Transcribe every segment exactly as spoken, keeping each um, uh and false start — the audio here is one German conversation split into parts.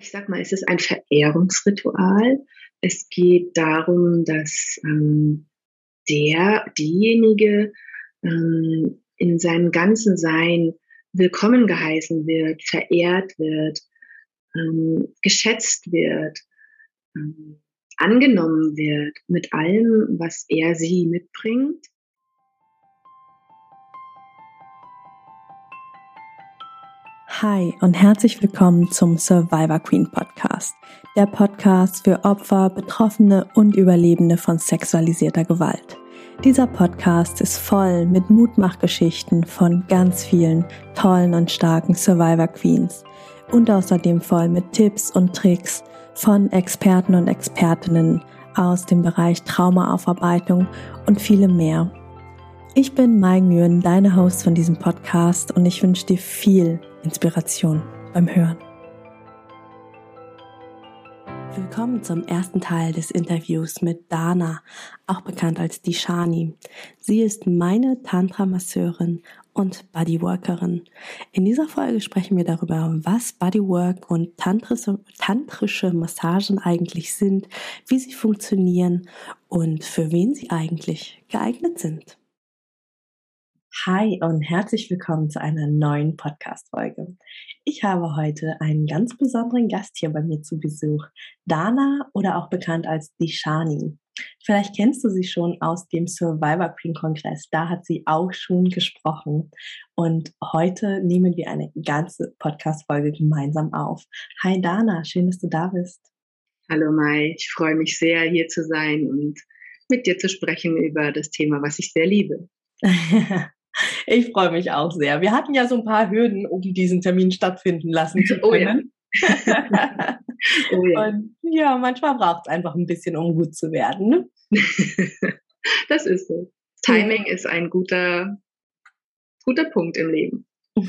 ich sag mal, es ist ein Verehrungsritual. Es geht darum, dass ähm, der, diejenige ähm, in seinem ganzen Sein willkommen geheißen wird, verehrt wird, ähm, geschätzt wird, ähm, angenommen wird mit allem, was er sie mitbringt. Hi und herzlich willkommen zum Survivor Queen Podcast, der Podcast für Opfer, Betroffene und Überlebende von sexualisierter Gewalt. Dieser Podcast ist voll mit Mutmachgeschichten von ganz vielen tollen und starken Survivor Queens und außerdem voll mit Tipps und Tricks von Experten und Expertinnen aus dem Bereich Traumaaufarbeitung und vielem mehr. Ich bin Mai Nguyen, deine Host von diesem Podcast, und ich wünsche dir viel Inspiration beim Hören. Willkommen zum ersten Teil des Interviews mit Dana, auch bekannt als die Shani. Sie ist meine Tantra-Masseurin und Bodyworkerin. In dieser Folge sprechen wir darüber, was Bodywork und tantrische, tantrische Massagen eigentlich sind, wie sie funktionieren und für wen sie eigentlich geeignet sind. Hi und herzlich willkommen zu einer neuen Podcast-Folge. Ich habe heute einen ganz besonderen Gast hier bei mir zu Besuch, Dana oder auch bekannt als die Shani. Vielleicht kennst du sie schon aus dem Survivor Queen Kongress, da hat sie auch schon gesprochen. Und heute nehmen wir eine ganze Podcast-Folge gemeinsam auf. Hi Dana, schön, dass du da bist. Hallo Mai, ich freue mich sehr, hier zu sein und mit dir zu sprechen über das Thema, was ich sehr liebe. Ich freue mich auch sehr. Wir hatten ja so ein paar Hürden, um diesen Termin stattfinden lassen zu können. Oh ja. Oh ja. Und ja, manchmal braucht es einfach ein bisschen, um gut zu werden. Ne? Das ist so. Timing ja. ist ein guter, guter Punkt im Leben.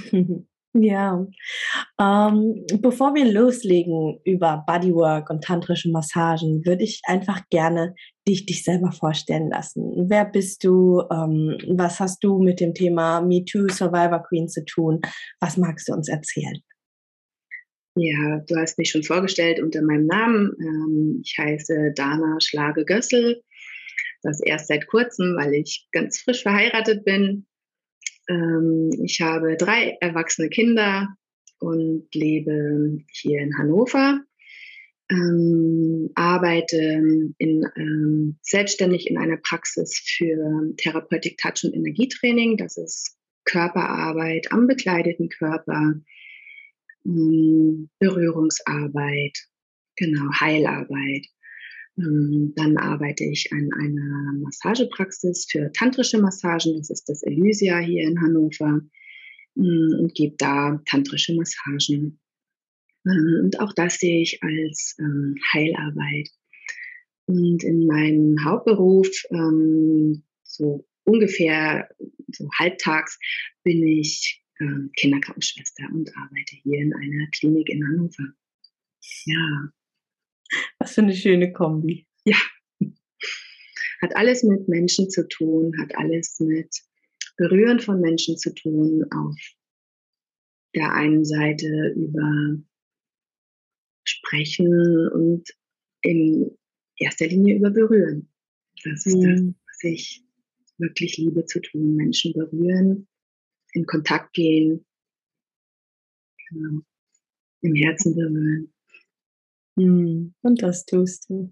Ja, ähm, bevor wir loslegen über Bodywork und tantrische Massagen, würde ich einfach gerne dich dich selber vorstellen lassen. Wer bist du? Ähm, was hast du mit dem Thema Me Too, Survivor Queen zu tun? Was magst du uns erzählen? Ja, du hast mich schon vorgestellt unter meinem Namen. Ähm, ich heiße Dana Schlage-Gössel. Das erst seit kurzem, weil ich ganz frisch verheiratet bin. Ich habe drei erwachsene Kinder und lebe hier in Hannover, ähm, arbeite in, ähm, selbstständig in einer Praxis für Therapeutik, Touch und Energietraining. Das ist Körperarbeit am bekleideten Körper, ähm, Berührungsarbeit, genau, Heilarbeit. Dann arbeite ich an einer Massagepraxis für tantrische Massagen. Das ist das Elysia hier in Hannover und gebe da tantrische Massagen. Und auch das sehe ich als Heilarbeit. Und in meinem Hauptberuf, so ungefähr so halbtags, bin ich Kinderkrankenschwester und arbeite hier in einer Klinik in Hannover. Ja. Was für eine schöne Kombi. Ja, hat alles mit Menschen zu tun, hat alles mit Berühren von Menschen zu tun. Auf der einen Seite über Sprechen und in erster Linie über Berühren. Das ist das, was ich wirklich liebe zu tun. Menschen berühren, in Kontakt gehen, genau, im Herzen berühren. Und das tust du.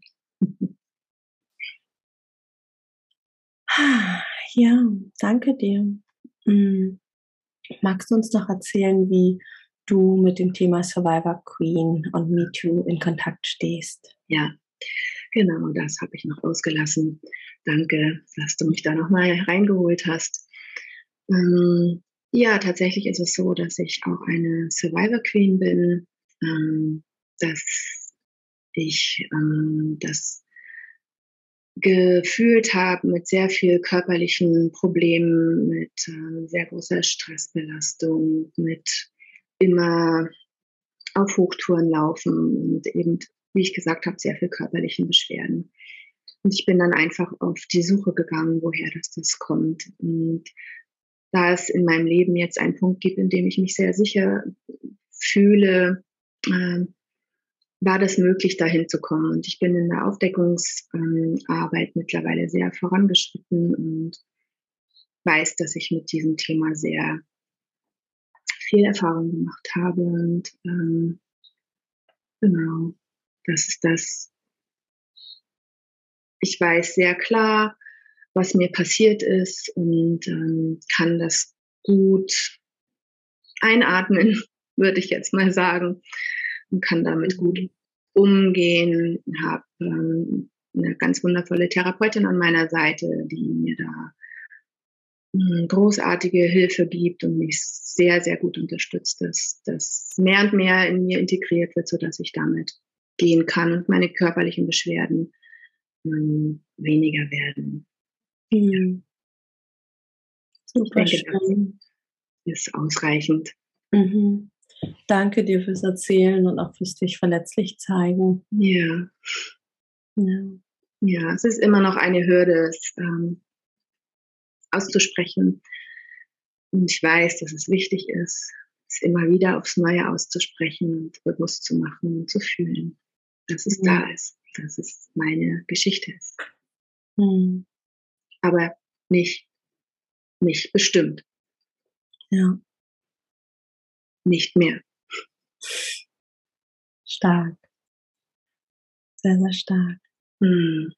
Ja, danke dir. Magst du uns noch erzählen, wie du mit dem Thema Survivor Queen und Me Too in Kontakt stehst? Ja, genau, das habe ich noch ausgelassen. Danke, dass du mich da nochmal reingeholt hast. Ähm, ja, tatsächlich ist es so, dass ich auch eine Survivor Queen bin, ähm, dass ich ähm, das gefühlt habe mit sehr viel körperlichen Problemen, mit äh, sehr großer Stressbelastung, mit immer auf Hochtouren laufen und eben, wie ich gesagt habe, sehr viel körperlichen Beschwerden. Und ich bin dann einfach auf die Suche gegangen, woher das, das kommt. Und da es in meinem Leben jetzt einen Punkt gibt, in dem ich mich sehr sicher fühle, äh, war das möglich, dahin zu kommen. Und ich bin in der Aufdeckungsarbeit ähm, mittlerweile sehr vorangeschritten und weiß, dass ich mit diesem Thema sehr viel Erfahrung gemacht habe. Und ähm, genau, das ist das. Ich weiß sehr klar, was mir passiert ist und ähm, kann das gut einatmen, würde ich jetzt mal sagen, und kann damit gut umgehen. Habe ähm, eine ganz wundervolle Therapeutin an meiner Seite, die mir da äh, großartige Hilfe gibt und mich sehr, sehr gut unterstützt, dass das mehr und mehr in mir integriert wird, sodass ich damit gehen kann und meine körperlichen Beschwerden ähm, weniger werden. Mhm. Super ich denke, schön. Das ist ausreichend. Mhm. Danke dir fürs Erzählen und auch fürs dich verletzlich zeigen. Ja. Ja. Ja, es ist immer noch eine Hürde, es ähm, auszusprechen. Und ich weiß, dass es wichtig ist, es immer wieder aufs Neue auszusprechen und bewusst zu machen und zu fühlen, dass es Mhm. da ist, dass es meine Geschichte ist. Mhm. Aber nicht mich bestimmt. Ja. Nicht mehr. Stark. Sehr, sehr stark. Mhm.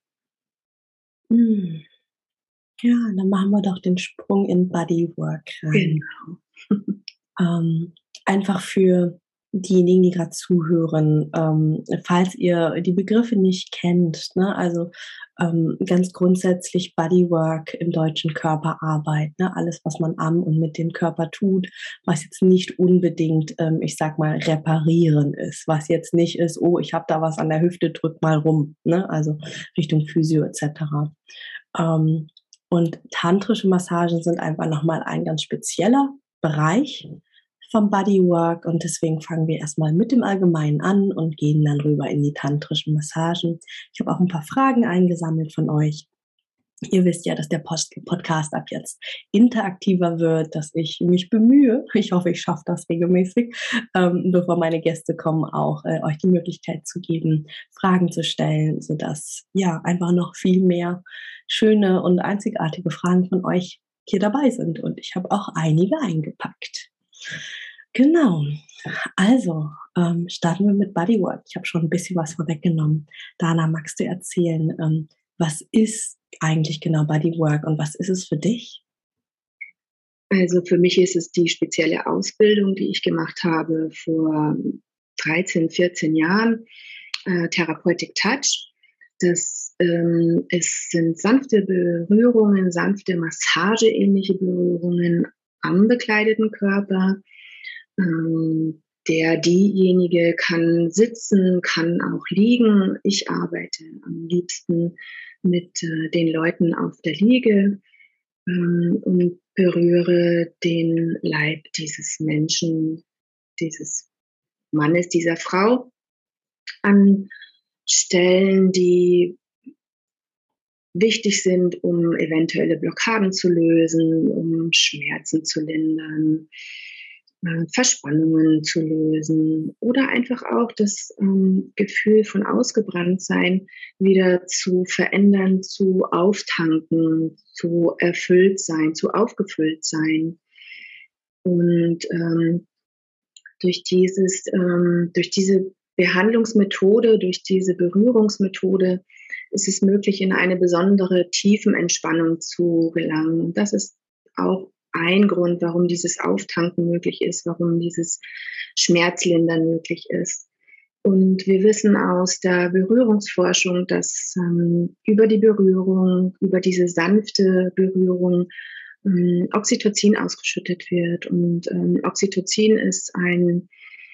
Mhm. Ja, dann machen wir doch den Sprung in Bodywork rein. Genau. Ähm, einfach für diejenigen, die gerade zuhören, ähm, falls ihr die Begriffe nicht kennt, ne, also ähm, ganz grundsätzlich Bodywork im deutschen Körperarbeit, ne, alles, was man am und mit dem Körper tut, was jetzt nicht unbedingt, ähm, ich sag mal, reparieren ist, was jetzt nicht ist, oh, ich habe da was an der Hüfte, drück mal rum, ne, also Richtung Physio et cetera. Ähm, und tantrische Massagen sind einfach nochmal ein ganz spezieller Bereich vom Bodywork und deswegen fangen wir erstmal mit dem Allgemeinen an und gehen dann rüber in die tantrischen Massagen. Ich habe auch ein paar Fragen eingesammelt von euch. Ihr wisst ja, dass der Post Podcast ab jetzt interaktiver wird, dass ich mich bemühe, ich hoffe, ich schaffe das regelmäßig, ähm, bevor meine Gäste kommen, auch äh, euch die Möglichkeit zu geben, Fragen zu stellen, sodass ja einfach noch viel mehr schöne und einzigartige Fragen von euch hier dabei sind. Und ich habe auch einige eingepackt. Genau. Also, ähm, starten wir mit Bodywork. Ich habe schon ein bisschen was vorweggenommen. Dana, magst du erzählen, ähm, was ist eigentlich genau Bodywork und was ist es für dich? Also für mich ist es die spezielle Ausbildung, die ich gemacht habe vor dreizehn, vierzehn Jahren, äh, Therapeutic Touch. Das ähm, es sind sanfte Berührungen, sanfte massageähnliche Berührungen am bekleideten Körper. Ähm, der diejenige kann sitzen, kann auch liegen. Ich arbeite am liebsten mit äh, den Leuten auf der Liege ähm, und berühre den Leib dieses Menschen, dieses Mannes, dieser Frau an Stellen, die wichtig sind, um eventuelle Blockaden zu lösen, um Schmerzen zu lindern, äh, Verspannungen zu lösen oder einfach auch das ähm, Gefühl von Ausgebranntsein wieder zu verändern, zu auftanken, zu erfüllt sein, zu aufgefüllt sein. Und ähm, durch dieses, ähm, durch diese Behandlungsmethode, durch diese Berührungsmethode ist es möglich, in eine besondere Tiefenentspannung zu gelangen. Und das ist auch ein Grund, warum dieses Auftanken möglich ist, warum dieses Schmerzlindern möglich ist. Und wir wissen aus der Berührungsforschung, dass ähm, über die Berührung, über diese sanfte Berührung ähm, Oxytocin ausgeschüttet wird. Und ähm, Oxytocin ist ein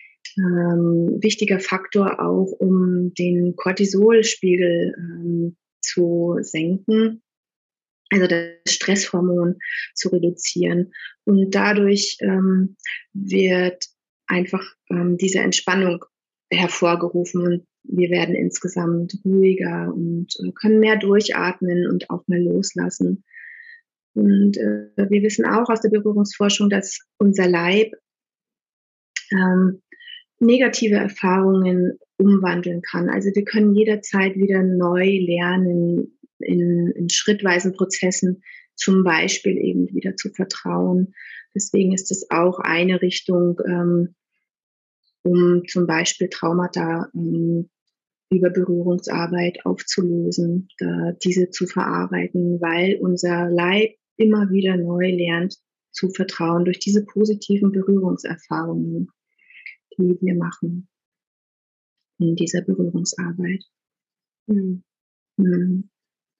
ähm, wichtiger Faktor auch, um den Cortisolspiegel ähm, zu senken, also das Stresshormon zu reduzieren. Und dadurch ähm, wird einfach ähm, diese Entspannung hervorgerufen und wir werden insgesamt ruhiger und äh, können mehr durchatmen und auch mal loslassen. Und äh, wir wissen auch aus der Berührungsforschung, dass unser Leib ähm, negative Erfahrungen umwandeln kann. Also wir können jederzeit wieder neu lernen in, in schrittweisen Prozessen, zum Beispiel eben wieder zu vertrauen. Deswegen ist es auch eine Richtung, ähm, um zum Beispiel Traumata ähm, über Berührungsarbeit aufzulösen, da, diese zu verarbeiten, weil unser Leib immer wieder neu lernt zu vertrauen durch diese positiven Berührungserfahrungen, die wir machen in dieser Berührungsarbeit. Mhm. Mhm.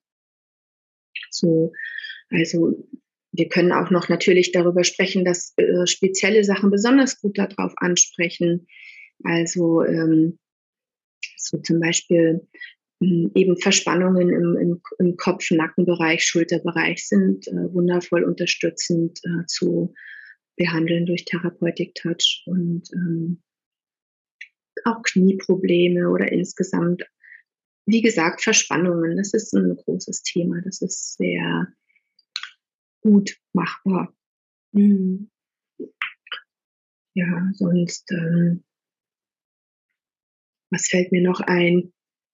So, also wir können auch noch natürlich darüber sprechen, dass äh, spezielle Sachen besonders gut darauf ansprechen. Also ähm, so zum Beispiel mh, eben Verspannungen im, im, im Kopf-, Nackenbereich, Schulterbereich sind äh, wundervoll unterstützend äh, zu behandeln durch Therapeutic Touch und ähm, auch Knieprobleme oder insgesamt, wie gesagt, Verspannungen. Das ist ein großes Thema. Das ist sehr gut machbar. Mhm. Ja, sonst, ähm, was fällt mir noch ein?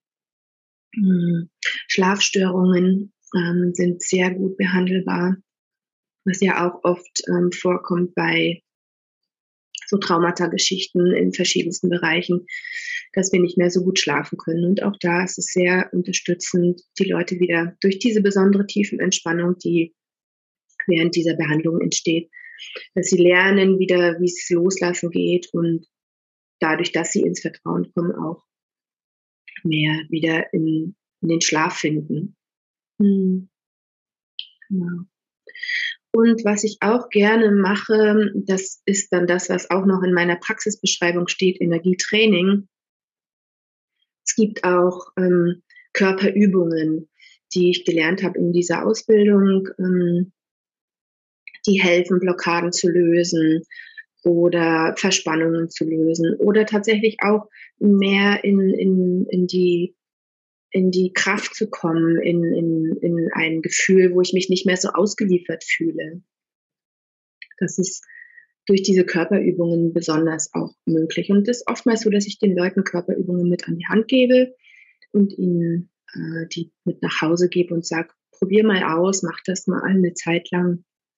Hm, Schlafstörungen ähm, sind sehr gut behandelbar, was ja auch oft ähm, vorkommt bei so Traumata-Geschichten in verschiedensten Bereichen, dass wir nicht mehr so gut schlafen können. Und auch da ist es sehr unterstützend, die Leute wieder durch diese besondere Tiefenentspannung, die während dieser Behandlung entsteht, dass sie lernen wieder, wie es loslassen geht und dadurch, dass sie ins Vertrauen kommen, auch mehr wieder in, in den Schlaf finden. Mhm. Genau. Und was ich auch gerne mache, das ist dann das, was auch noch in meiner Praxisbeschreibung steht, Energietraining. Es gibt auch ähm, Körperübungen, die ich gelernt habe in dieser Ausbildung, ähm, die helfen, Blockaden zu lösen oder Verspannungen zu lösen oder tatsächlich auch mehr in, in, in die in die Kraft zu kommen, in, in, in ein Gefühl, wo ich mich nicht mehr so ausgeliefert fühle. Das ist durch diese Körperübungen besonders auch möglich. Und es ist oftmals so, dass ich den Leuten Körperübungen mit an die Hand gebe und ihnen äh, die mit nach Hause gebe und sage, probier mal aus, mach das mal eine Zeit lang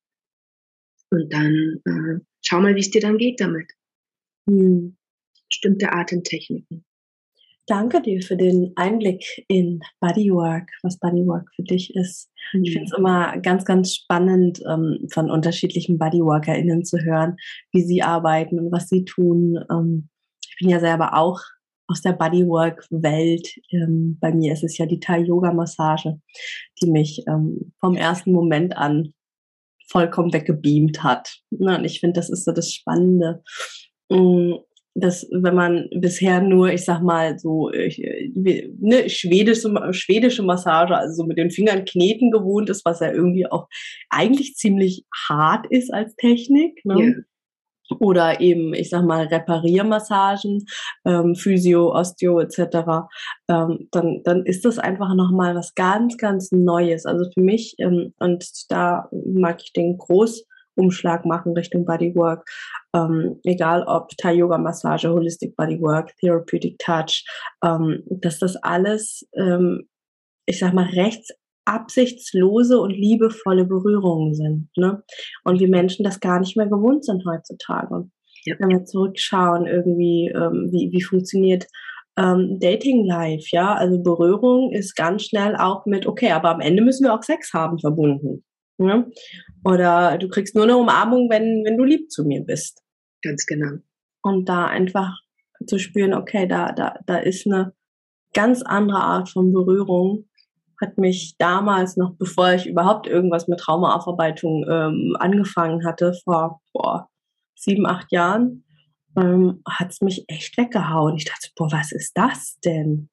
und dann äh, schau mal, wie es dir dann geht damit. Mhm. Bestimmte Atemtechniken. Danke dir für den Einblick in Bodywork, was Bodywork für dich ist. Mhm. Ich finde es immer ganz, ganz spannend, ähm, von unterschiedlichen BodyworkerInnen zu hören, wie sie arbeiten und was sie tun. Ähm, ich bin ja selber auch aus der Bodywork-Welt. Ähm, bei mir ist es ja die Thai-Yoga-Massage, die mich ähm, vom ersten Moment an vollkommen weggebeamt hat. Ne? Und ich finde, das ist so das Spannende. Mhm. Dass, wenn man bisher nur, ich sag mal, so äh, ne, schwedische, schwedische Massage, also so mit den Fingern kneten gewohnt ist, was ja irgendwie auch eigentlich ziemlich hart ist als Technik, ne? Ja. Oder eben, ich sag mal, Repariermassagen, ähm, Physio, Osteo et cetera, ähm, dann, dann ist das einfach nochmal was ganz, ganz Neues. Also für mich, ähm, und da mag ich den Großumschlag machen Richtung Bodywork, ähm, egal ob Thai-Yoga-Massage, Holistic Bodywork, Therapeutic Touch, ähm, dass das alles, ähm, ich sag mal, rechts absichtslose und liebevolle Berührungen sind, ne? Und wir Menschen das gar nicht mehr gewohnt sind heutzutage. Ja. Wenn wir zurückschauen, irgendwie, ähm, wie, wie funktioniert ähm, Dating Life, ja? Also Berührung ist ganz schnell auch mit, okay, aber am Ende müssen wir auch Sex haben verbunden, ne? Oder du kriegst nur eine Umarmung, wenn, wenn du lieb zu mir bist. Ganz genau. Und da einfach zu spüren, okay, da, da, da ist eine ganz andere Art von Berührung, hat mich damals noch, bevor ich überhaupt irgendwas mit Traumaaufarbeitung ähm, angefangen hatte, vor boah, sieben, acht Jahren, ähm, hat es mich echt weggehauen. Ich dachte, boah, was ist das denn?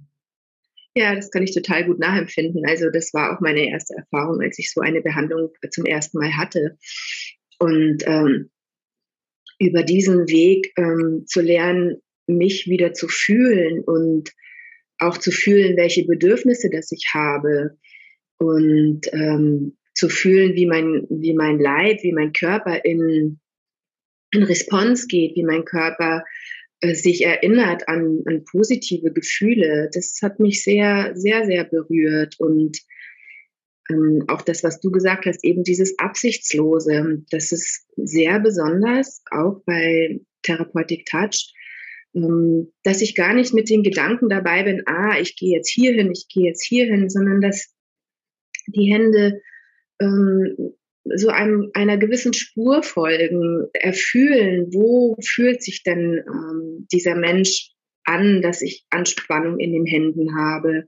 Ja, das kann ich total gut nachempfinden. Also das war auch meine erste Erfahrung, als ich so eine Behandlung zum ersten Mal hatte. Und ähm, über diesen Weg ähm, zu lernen, mich wieder zu fühlen und auch zu fühlen, welche Bedürfnisse das ich habe und ähm, zu fühlen, wie mein, wie mein Leib, wie mein Körper in, in Response geht, wie mein Körper äh, sich erinnert an, an positive Gefühle. Das hat mich sehr, sehr, sehr berührt. Und ähm, auch das, was du gesagt hast, eben dieses Absichtslose, das ist sehr besonders, auch bei Therapeutic Touch, ähm, dass ich gar nicht mit den Gedanken dabei bin, ah, ich gehe jetzt hier hin, ich gehe jetzt hier hin, sondern dass die Hände ähm, so einem, einer gewissen Spur folgen, erfühlen, wo fühlt sich denn ähm, dieser Mensch an, dass ich Anspannung in den Händen habe.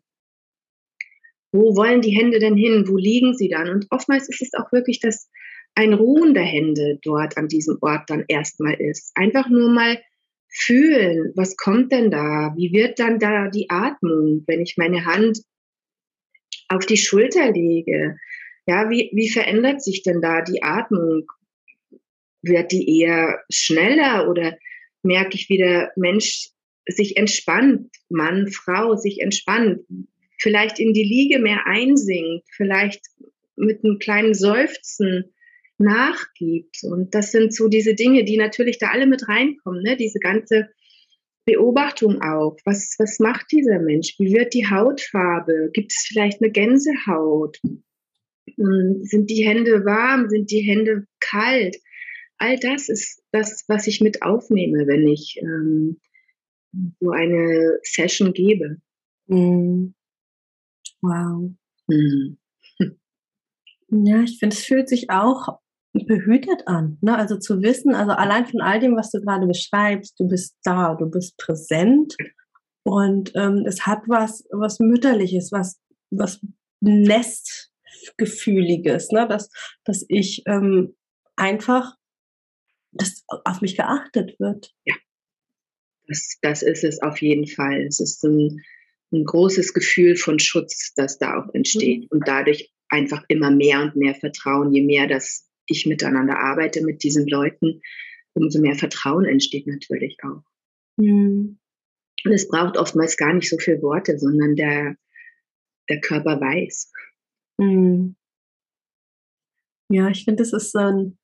Wo wollen die Hände denn hin? Wo liegen sie dann? Und oftmals ist es auch wirklich, dass ein Ruhen der Hände dort an diesem Ort dann erstmal ist. Einfach nur mal fühlen, was kommt denn da? Wie wird dann da die Atmung, wenn ich meine Hand auf die Schulter lege? Ja, wie, wie verändert sich denn da die Atmung? Wird die eher schneller oder merke ich, wie der Mensch sich entspannt, Mann, Frau sich entspannt, vielleicht in die Liege mehr einsinkt, vielleicht mit einem kleinen Seufzen nachgibt. Und das sind so diese Dinge, die natürlich da alle mit reinkommen, ne? Diese ganze Beobachtung auch. Was, was macht dieser Mensch? Wie wird die Hautfarbe? Gibt es vielleicht eine Gänsehaut? Sind die Hände warm? Sind die Hände kalt? All das ist das, was ich mit aufnehme, wenn ich ähm, so eine Session gebe. Mm. Wow. Mhm. Ja, ich finde, es fühlt sich auch behütet an, ne? Also zu wissen, also allein von all dem, was du gerade beschreibst, du bist da, du bist präsent und ähm, es hat was, was Mütterliches, was, was Nestgefühliges, ne? Dass, dass ich ähm, einfach, dass auf mich geachtet wird. Ja, das, das ist es auf jeden Fall. Es ist ein, ein großes Gefühl von Schutz, das da auch entsteht. Mhm. Und dadurch einfach immer mehr und mehr Vertrauen. Je mehr das ich miteinander arbeite mit diesen Leuten, umso mehr Vertrauen entsteht natürlich auch. Mhm. Und es braucht oftmals gar nicht so viele Worte, sondern der, der Körper weiß. Mhm. Ja, ich finde, das ist so ein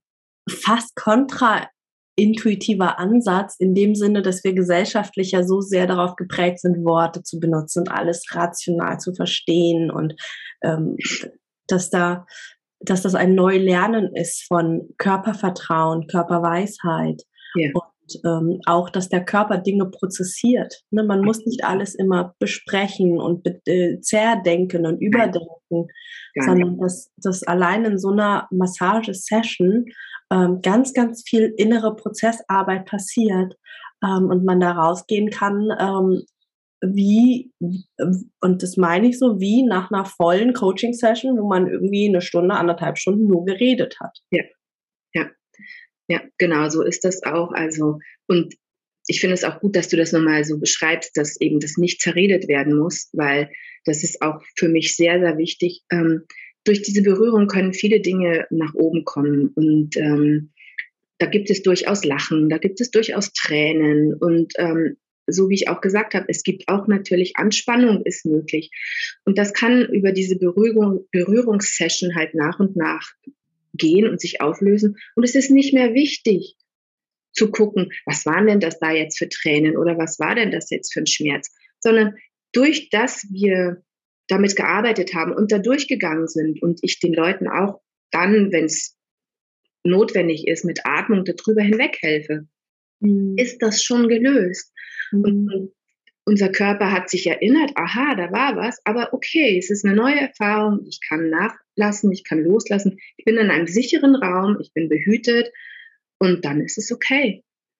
fast kontraintuitiver Ansatz in dem Sinne, dass wir gesellschaftlich ja so sehr darauf geprägt sind, Worte zu benutzen und alles rational zu verstehen und ähm, dass da, dass das ein Neulernen ist von Körpervertrauen, Körperweisheit. Ja. Und ähm, auch, dass der Körper Dinge prozessiert. Ne? Man muss nicht alles immer besprechen und be- äh, zerdenken und überdenken, sondern dass, dass allein in so einer Massage-Session ähm, ganz, ganz viel innere Prozessarbeit passiert ähm, und man da rausgehen kann, ähm, wie, und das meine ich so, wie nach einer vollen Coaching-Session, wo man irgendwie eine Stunde, anderthalb Stunden nur geredet hat. Ja, ja, ja, genau, so ist das auch. Also, und ich finde es auch gut, dass du das nochmal so beschreibst, dass eben das nicht zerredet werden muss, weil das ist auch für mich sehr, sehr wichtig. Ähm, durch diese Berührung können viele Dinge nach oben kommen und ähm, da gibt es durchaus Lachen, da gibt es durchaus Tränen und ähm, so wie ich auch gesagt habe, es gibt auch natürlich Anspannung ist möglich. Und das kann über diese Berührung, Berührungssession halt nach und nach gehen und sich auflösen. Und es ist nicht mehr wichtig zu gucken, was waren denn das da jetzt für Tränen oder was war denn das jetzt für ein Schmerz, sondern durch das wir damit gearbeitet haben und da durchgegangen sind und ich den Leuten auch dann, wenn es notwendig ist, mit Atmung darüber hinweg helfe, mhm. ist das schon gelöst. Mhm. Und unser Körper hat sich erinnert, aha, da war was, aber okay, es ist eine neue Erfahrung, ich kann nachlassen, ich kann loslassen, ich bin in einem sicheren Raum, ich bin behütet und dann ist es okay.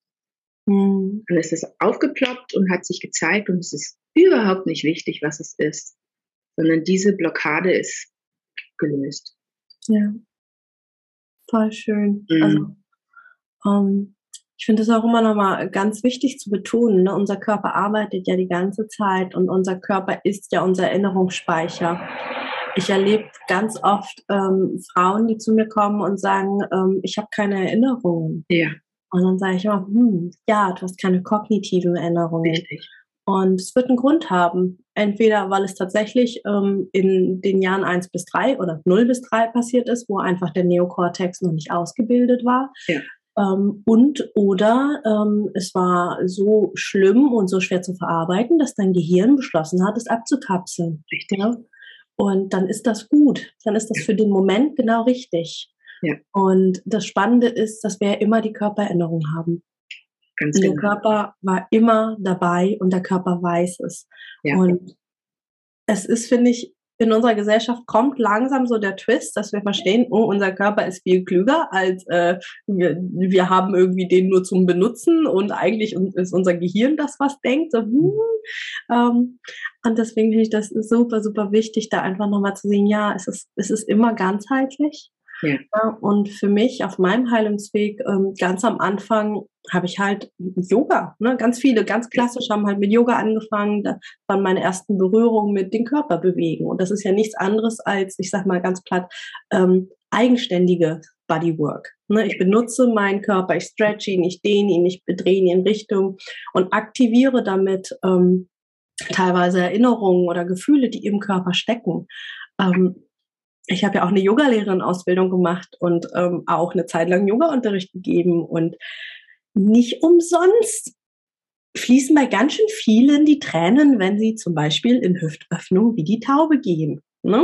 Mhm. Dann ist es aufgeploppt und hat sich gezeigt und es ist überhaupt nicht wichtig, was es ist, sondern diese Blockade ist gelöst. Ja, voll schön. Mhm. Also, ähm, ich finde es auch immer noch mal ganz wichtig zu betonen, ne? Unser Körper arbeitet ja die ganze Zeit und unser Körper ist ja unser Erinnerungsspeicher. Ich erlebe ganz oft ähm, Frauen, die zu mir kommen und sagen, ähm, ich habe keine Erinnerungen. Ja. Und dann sage ich immer, hm, ja, du hast keine kognitiven Erinnerungen. Richtig. Und es wird einen Grund haben. Entweder, weil es tatsächlich ähm, in den Jahren eins bis drei oder null bis drei passiert ist, wo einfach der Neokortex noch nicht ausgebildet war. Ja. Ähm, und oder ähm, es war so schlimm und so schwer zu verarbeiten, dass dein Gehirn beschlossen hat, es abzukapseln. Richtig. Ja? Und dann ist das gut. Dann ist das Ja. für den Moment genau richtig. Ja. Und das Spannende ist, dass wir ja immer die Körpererinnerung haben. Ganz Und der genau. Körper war immer dabei und der Körper weiß es. Ja. Und es ist, finde ich, in unserer Gesellschaft kommt langsam so der Twist, dass wir verstehen, oh, unser Körper ist viel klüger als äh, wir, wir haben irgendwie den nur zum Benutzen und eigentlich ist unser Gehirn das, was denkt. So, hm, ähm, und deswegen finde ich das super, super wichtig, da einfach nochmal zu sehen, ja, es ist, es ist immer ganzheitlich. Ja. Ja, und für mich auf meinem Heilungsweg, ähm, ganz am Anfang habe ich halt Yoga, ne? Ganz viele, ganz klassisch haben halt mit Yoga angefangen. Da waren meine ersten Berührungen mit dem Körper bewegen. Und das ist ja nichts anderes als, ich sag mal ganz platt, ähm, eigenständige Bodywork. Ne? Ich benutze meinen Körper, ich stretch ihn, ich dehne ihn, ich drehe ihn in Richtung und aktiviere damit ähm, teilweise Erinnerungen oder Gefühle, die im Körper stecken. Ähm, ich habe ja auch eine Yogalehrerin-Ausbildung gemacht und ähm, auch eine Zeit lang Yoga-Unterricht gegeben und nicht umsonst fließen bei ganz schön vielen die Tränen, wenn sie zum Beispiel in Hüftöffnung wie die Taube gehen. Ne?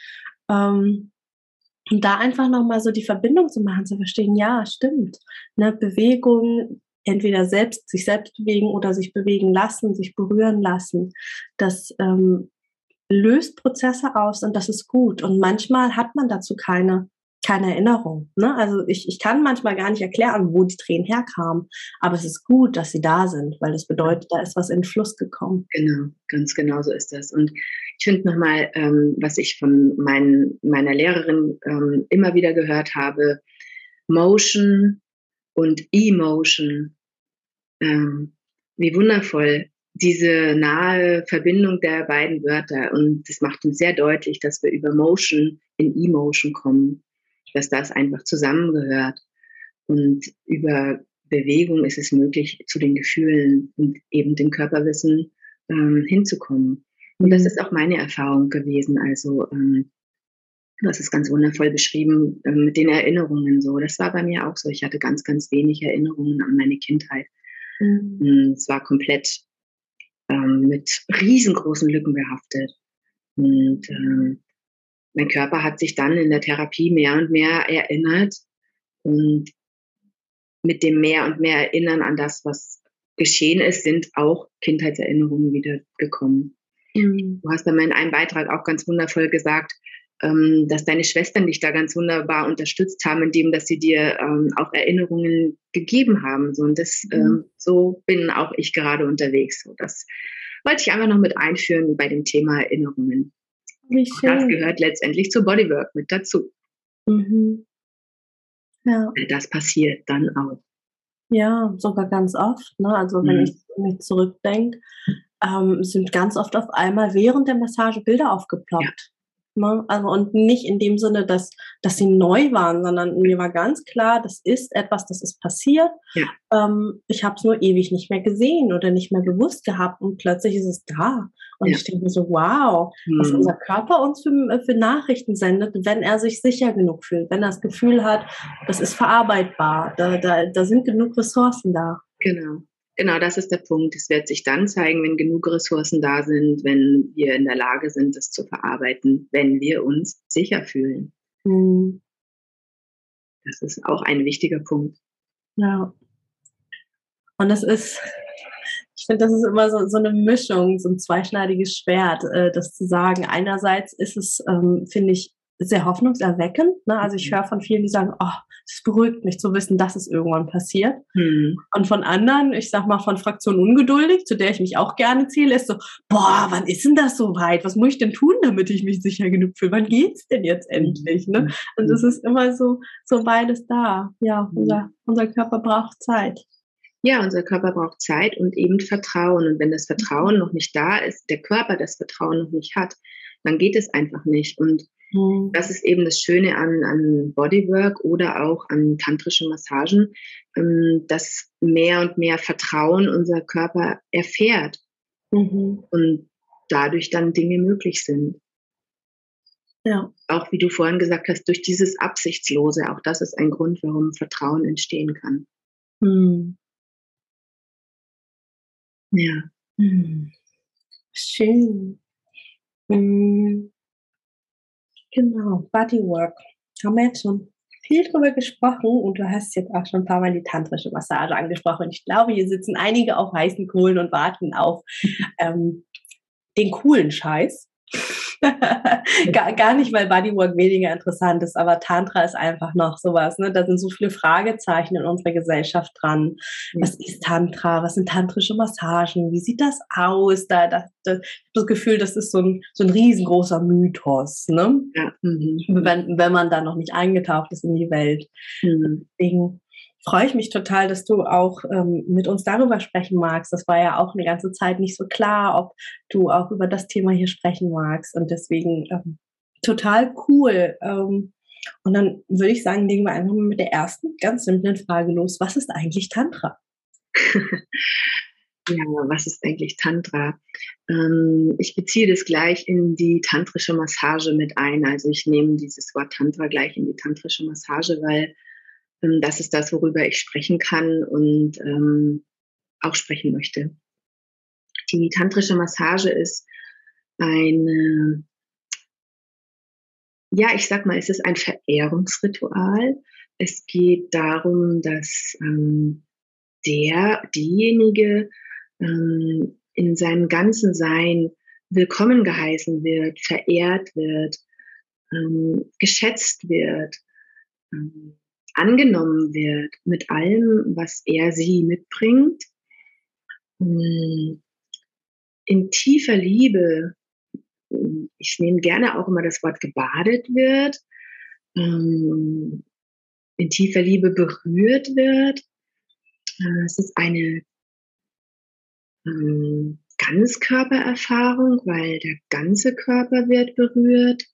Ähm, und da einfach nochmal so die Verbindung zu machen, zu verstehen, ja, stimmt. Ne? Bewegung, entweder selbst sich selbst bewegen oder sich bewegen lassen, sich berühren lassen, das ähm, löst Prozesse aus und das ist gut. Und manchmal hat man dazu keine, keine Erinnerung. Ne? Also ich, ich kann manchmal gar nicht erklären, wo die Tränen herkamen. Aber es ist gut, dass sie da sind, weil das bedeutet, da ist was in den Fluss gekommen. Genau, ganz genau so ist das. Und ich finde nochmal, ähm, was ich von mein, meiner Lehrerin ähm, immer wieder gehört habe, Motion und Emotion. Ähm, wie wundervoll diese nahe Verbindung der beiden Wörter. Und das macht uns sehr deutlich, dass wir über Motion in Emotion kommen, dass das einfach zusammengehört. Und über Bewegung ist es möglich, zu den Gefühlen und eben dem Körperwissen ähm, hinzukommen. Und das ist auch meine Erfahrung gewesen. Also ähm, du hast es ganz wundervoll beschrieben ähm, mit den Erinnerungen so. Das war bei mir auch so. Ich hatte ganz, ganz wenig Erinnerungen an meine Kindheit. Mhm. Es war komplett ähm, mit riesengroßen Lücken behaftet. Und ähm, mein Körper hat sich dann in der Therapie mehr und mehr erinnert. Und mit dem mehr und mehr Erinnern an das, was geschehen ist, sind auch Kindheitserinnerungen wieder gekommen. Mhm. Du hast dann in einem Beitrag auch ganz wundervoll gesagt, ähm, dass deine Schwestern dich da ganz wunderbar unterstützt haben, indem dass sie dir ähm, auch Erinnerungen gegeben haben. So, und das, Mhm. ähm, so bin auch ich gerade unterwegs. So, das wollte ich einfach noch mit einführen bei dem Thema Erinnerungen. Wie Auch das schön. gehört letztendlich zu Bodywork mit dazu. Mhm. Ja. Das passiert dann auch. Ja, sogar ganz oft. Ne? Also wenn Mhm. ich mich zurückdenke, ähm, sind ganz oft auf einmal während der Massage Bilder Ja. aufgeploppt. Ne? Also und nicht in dem Sinne, dass, dass sie neu waren, sondern mir war ganz klar, das ist etwas, das ist passiert. Ja. Ähm, ich habe es nur ewig nicht mehr gesehen oder nicht mehr bewusst gehabt und plötzlich ist es da. Und Ja. ich denke mir so, wow, was Mhm. unser Körper uns für, für Nachrichten sendet, wenn er sich sicher genug fühlt, wenn er das Gefühl hat, das ist verarbeitbar, da, da, da sind genug Ressourcen da. Genau. Genau, das ist der Punkt. Es wird sich dann zeigen, wenn genug Ressourcen da sind, wenn wir in der Lage sind, das zu verarbeiten, wenn wir uns sicher fühlen. Mhm. Das ist auch ein wichtiger Punkt. Ja. Und das ist, ich finde, das ist immer so, so eine Mischung, so ein zweischneidiges Schwert, äh, das zu sagen. Einerseits ist es, ähm, finde ich, sehr hoffnungserweckend. Ne? Also ich höre von vielen, die sagen, oh, es beruhigt mich zu wissen, dass es irgendwann passiert. Hm. Und von anderen, ich sag mal von Fraktion ungeduldig, zu der ich mich auch gerne zähle, ist so, boah, wann ist denn das so weit? Was muss ich denn tun, damit ich mich sicher genug fühle? Wann geht's denn jetzt endlich? Ne? Und es ist immer so, so beides da. Ja, unser, unser Körper braucht Zeit. Ja, unser Körper braucht Zeit und eben Vertrauen. Und wenn das Vertrauen noch nicht da ist, der Körper das Vertrauen noch nicht hat, dann geht es einfach nicht. Und Mhm. das ist eben das Schöne an, an Bodywork oder auch an tantrischen Massagen, ähm, dass mehr und mehr Vertrauen unser Körper erfährt Mhm. und dadurch dann Dinge möglich sind. Ja. Auch wie du vorhin gesagt hast, durch dieses Absichtslose, auch das ist ein Grund, warum Vertrauen entstehen kann. Mhm. Ja. Mhm. Schön. Mhm. Genau, Bodywork. Haben wir jetzt schon viel drüber gesprochen und du hast jetzt auch schon ein paar Mal die tantrische Massage angesprochen. Ich glaube, hier sitzen einige auf heißen Kohlen und warten auf ähm, den coolen Scheiß. gar, gar nicht, weil Bodywork weniger interessant ist, aber Tantra ist einfach noch sowas. Ne? Da sind so viele Fragezeichen in unserer Gesellschaft dran. Ja. Was ist Tantra? Was sind tantrische Massagen? Wie sieht das aus? Da, da, da, ich habe das Gefühl, das ist so ein, so ein riesengroßer Mythos, ne? Ja. Mhm. Wenn, wenn man da noch nicht eingetaucht ist in die Welt. Mhm. Deswegen freue ich mich total, dass du auch ähm, mit uns darüber sprechen magst. Das war ja auch eine ganze Zeit nicht so klar, ob du auch über das Thema hier sprechen magst. Und deswegen ähm, total cool. Ähm, und dann würde ich sagen, legen wir einfach mal mit der ersten ganz simplen Frage los. Was ist eigentlich Tantra? Ja, was ist eigentlich Tantra? Ähm, ich beziehe das gleich in die tantrische Massage mit ein. Also ich nehme dieses Wort Tantra gleich in die tantrische Massage, weil ähm, das ist das, worüber ich sprechen kann und ähm, auch sprechen möchte. Die tantrische Massage ist eine, ja, ich sag mal, es ist ein Verehrungsritual. Es geht darum, dass ähm, der, diejenige ähm, in seinem ganzen Sein willkommen geheißen wird, verehrt wird, ähm, geschätzt wird, ähm, angenommen wird mit allem, was er sie mitbringt. Ähm, in tiefer Liebe, ich nehme gerne auch immer das Wort gebadet wird, ähm, in tiefer Liebe berührt wird. Äh, es ist eine ähm, Ganzkörpererfahrung, weil der ganze Körper wird berührt.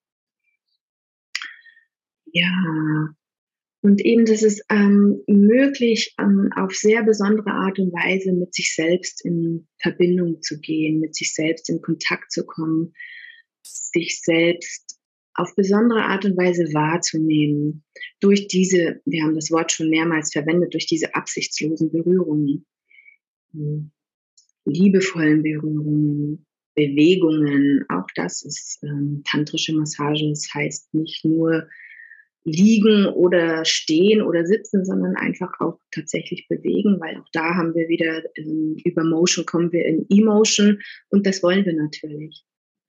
Ja, und eben, das ist ähm, möglich, ähm, auf sehr besondere Art und Weise mit sich selbst in Verbindung zu gehen, mit sich selbst in Kontakt zu kommen, sich selbst auf besondere Art und Weise wahrzunehmen. Durch diese, wir haben das Wort schon mehrmals verwendet, durch diese absichtslosen Berührungen. Hm. Liebevollen Berührungen, Bewegungen, auch das ist ähm, tantrische Massage. Das heißt nicht nur liegen oder stehen oder sitzen, sondern einfach auch tatsächlich bewegen, weil auch da haben wir wieder ähm, über Motion kommen wir in Emotion und das wollen wir natürlich.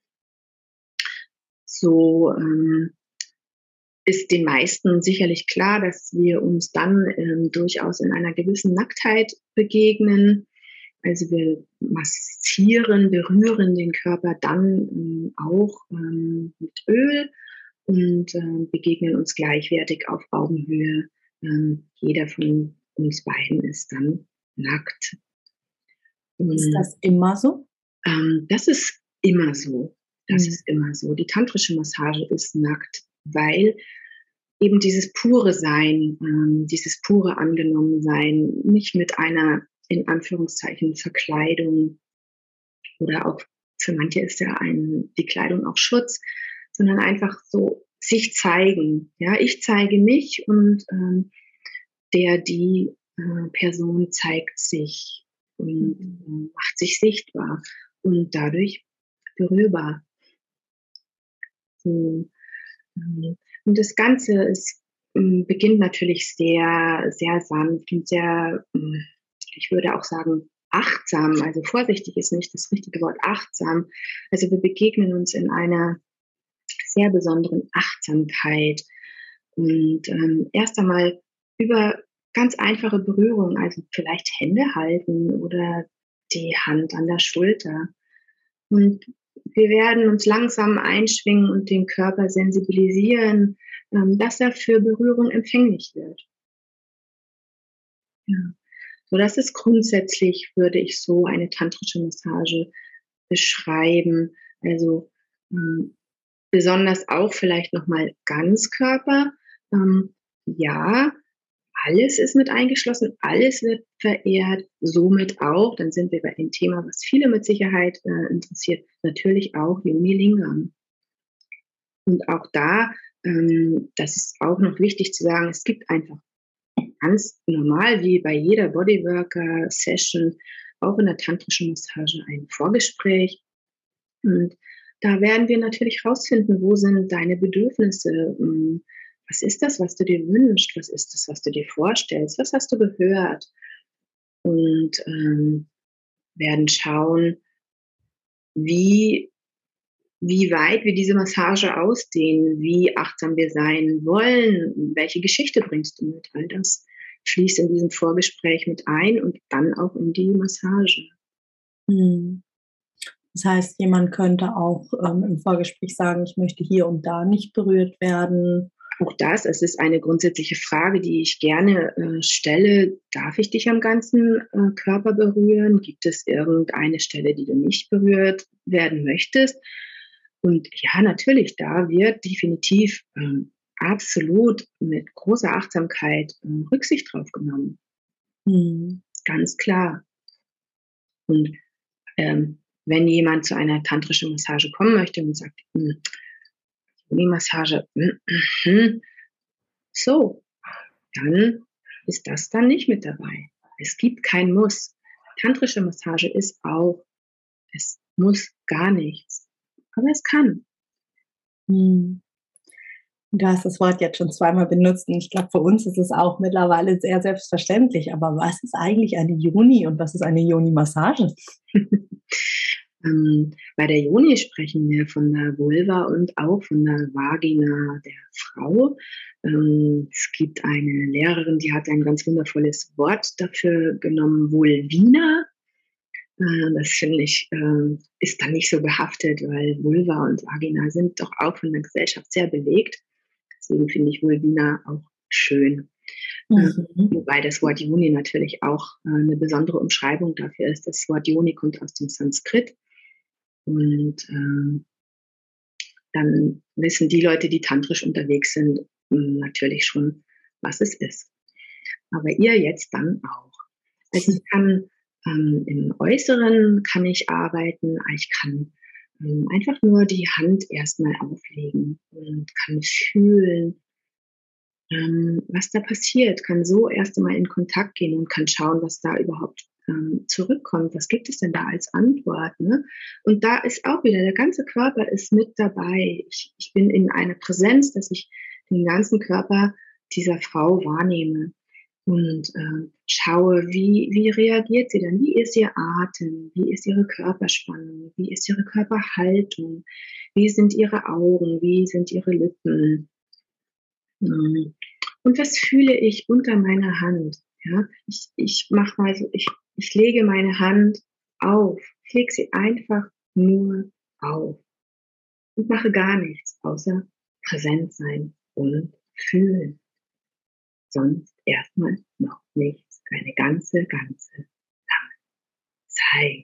So ähm, ist den meisten sicherlich klar, dass wir uns dann ähm, durchaus in einer gewissen Nacktheit begegnen. Also wir massieren, berühren den Körper dann ähm, auch ähm, mit Öl und ähm, begegnen uns gleichwertig auf Augenhöhe. Ähm, jeder von uns beiden ist dann nackt. Ist Und, das immer so? ähm, das ist immer so. Das Mhm. ist immer so. Die tantrische Massage ist nackt, weil eben dieses pure Sein, ähm, dieses pure Angenommensein, nicht mit einer in Anführungszeichen Verkleidung oder auch für manche ist ja ein, die Kleidung auch Schutz, sondern einfach so sich zeigen. Ja, ich zeige mich und ähm, der, die äh, Person zeigt sich und Mhm. äh, macht sich sichtbar und dadurch berührbar. So, ähm, und das Ganze ist, ähm, beginnt natürlich sehr, sehr sanft und sehr, ähm, ich würde auch sagen, achtsam. Also vorsichtig ist nicht das richtige Wort, achtsam. Also wir begegnen uns in einer sehr besonderen Achtsamkeit und ähm, erst einmal über ganz einfache Berührungen, also vielleicht Hände halten oder die Hand an der Schulter. Und wir werden uns langsam einschwingen und den Körper sensibilisieren, ähm, dass er für Berührung empfänglich wird. Ja. So, das ist grundsätzlich, würde ich so eine tantrische Massage beschreiben. Also ähm, besonders auch vielleicht nochmal Ganzkörper. Ähm, ja, alles ist mit eingeschlossen, alles wird verehrt, somit auch, dann sind wir bei dem Thema, was viele mit Sicherheit äh, interessiert, natürlich auch Yoni Lingam. Und auch da, ähm, das ist auch noch wichtig zu sagen, es gibt einfach ganz normal wie bei jeder Bodyworker-Session, auch in der tantrischen Massage ein Vorgespräch. Und da werden wir natürlich rausfinden, wo sind deine Bedürfnisse? hm, Was ist das, was du dir wünschst? Was ist das, was du dir vorstellst? Was hast du gehört? Und ähm, werden schauen, wie, wie weit wir diese Massage ausdehnen, wie achtsam wir sein wollen, welche Geschichte bringst du mit. All das fließt in diesem Vorgespräch mit ein und dann auch in die Massage. Hm. Das heißt, jemand könnte auch ähm, im Vorgespräch sagen, ich möchte hier und da nicht berührt werden. Auch das, es ist eine grundsätzliche Frage, die ich gerne äh, stelle. Darf ich dich am ganzen äh, Körper berühren? Gibt es irgendeine Stelle, die du nicht berührt werden möchtest? Und ja, natürlich, da wird definitiv ähm, absolut mit großer Achtsamkeit äh, Rücksicht drauf genommen. Hm. Ganz klar. Und ähm, wenn jemand zu einer tantrischen Massage kommen möchte und sagt, hm, die Massage, hm, hm, so, dann ist das dann nicht mit dabei. Es gibt kein Muss. Tantrische Massage ist auch, es muss gar nichts, aber es kann. Hm. Du hast das Wort jetzt schon zweimal benutzt und ich glaube, für uns ist es auch mittlerweile sehr selbstverständlich. Aber was ist eigentlich eine Yoni und was ist eine Yoni-Massage? ähm, bei der Yoni sprechen wir von der Vulva und auch von der Vagina der Frau. Ähm, es gibt eine Lehrerin, die hat ein ganz wundervolles Wort dafür genommen, Vulvina. Äh, das finde ich, äh, ist dann nicht so behaftet, weil Vulva und Vagina sind doch auch von der Gesellschaft sehr belegt. Deswegen finde ich Vulvina auch schön. Äh, Mhm. wobei das Wort Yoni natürlich auch äh, eine besondere Umschreibung dafür ist. Das Wort Yoni kommt aus dem Sanskrit. Und ähm, dann wissen die Leute, die tantrisch unterwegs sind, mh, natürlich schon, was es ist. Aber ihr jetzt dann auch. Also ich kann ähm, im Äußeren kann ich arbeiten, ich kann ähm, einfach nur die Hand erstmal auflegen und kann fühlen, ähm, was da passiert, kann so erst einmal in Kontakt gehen und kann schauen, was da überhaupt ähm, zurückkommt. Was gibt es denn da als Antwort? Ne? Und da ist auch wieder, der ganze Körper ist mit dabei. Ich, ich bin in einer Präsenz, dass ich den ganzen Körper dieser Frau wahrnehme und äh, schaue, wie, wie reagiert sie denn? Wie ist ihr Atem? Wie ist ihre Körperspannung? Wie ist ihre Körperhaltung? Wie sind ihre Augen? Wie sind ihre Lippen? Mhm. Und was fühle ich unter meiner Hand? Ja, ich, ich mache mal so, ich, ich lege meine Hand auf, ich lege sie einfach nur auf und mache gar nichts, außer präsent sein und fühlen. Sonst erstmal noch nichts, eine ganze, ganze lange Zeit.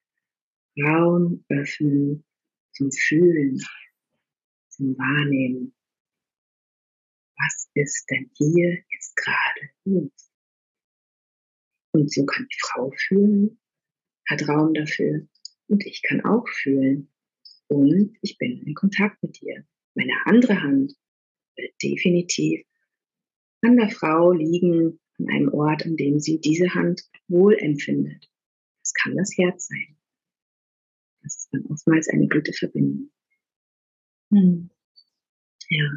Raum öffnen zum Fühlen, zum Wahrnehmen. Was ist denn hier jetzt gerade los? Und so kann die Frau fühlen, hat Raum dafür. Und ich kann auch fühlen. Und ich bin in Kontakt mit ihr. Meine andere Hand wird definitiv an der Frau liegen, an einem Ort, an dem sie diese Hand wohl empfindet. Das kann das Herz sein. Das ist dann oftmals eine gute Verbindung. Hm. Ja.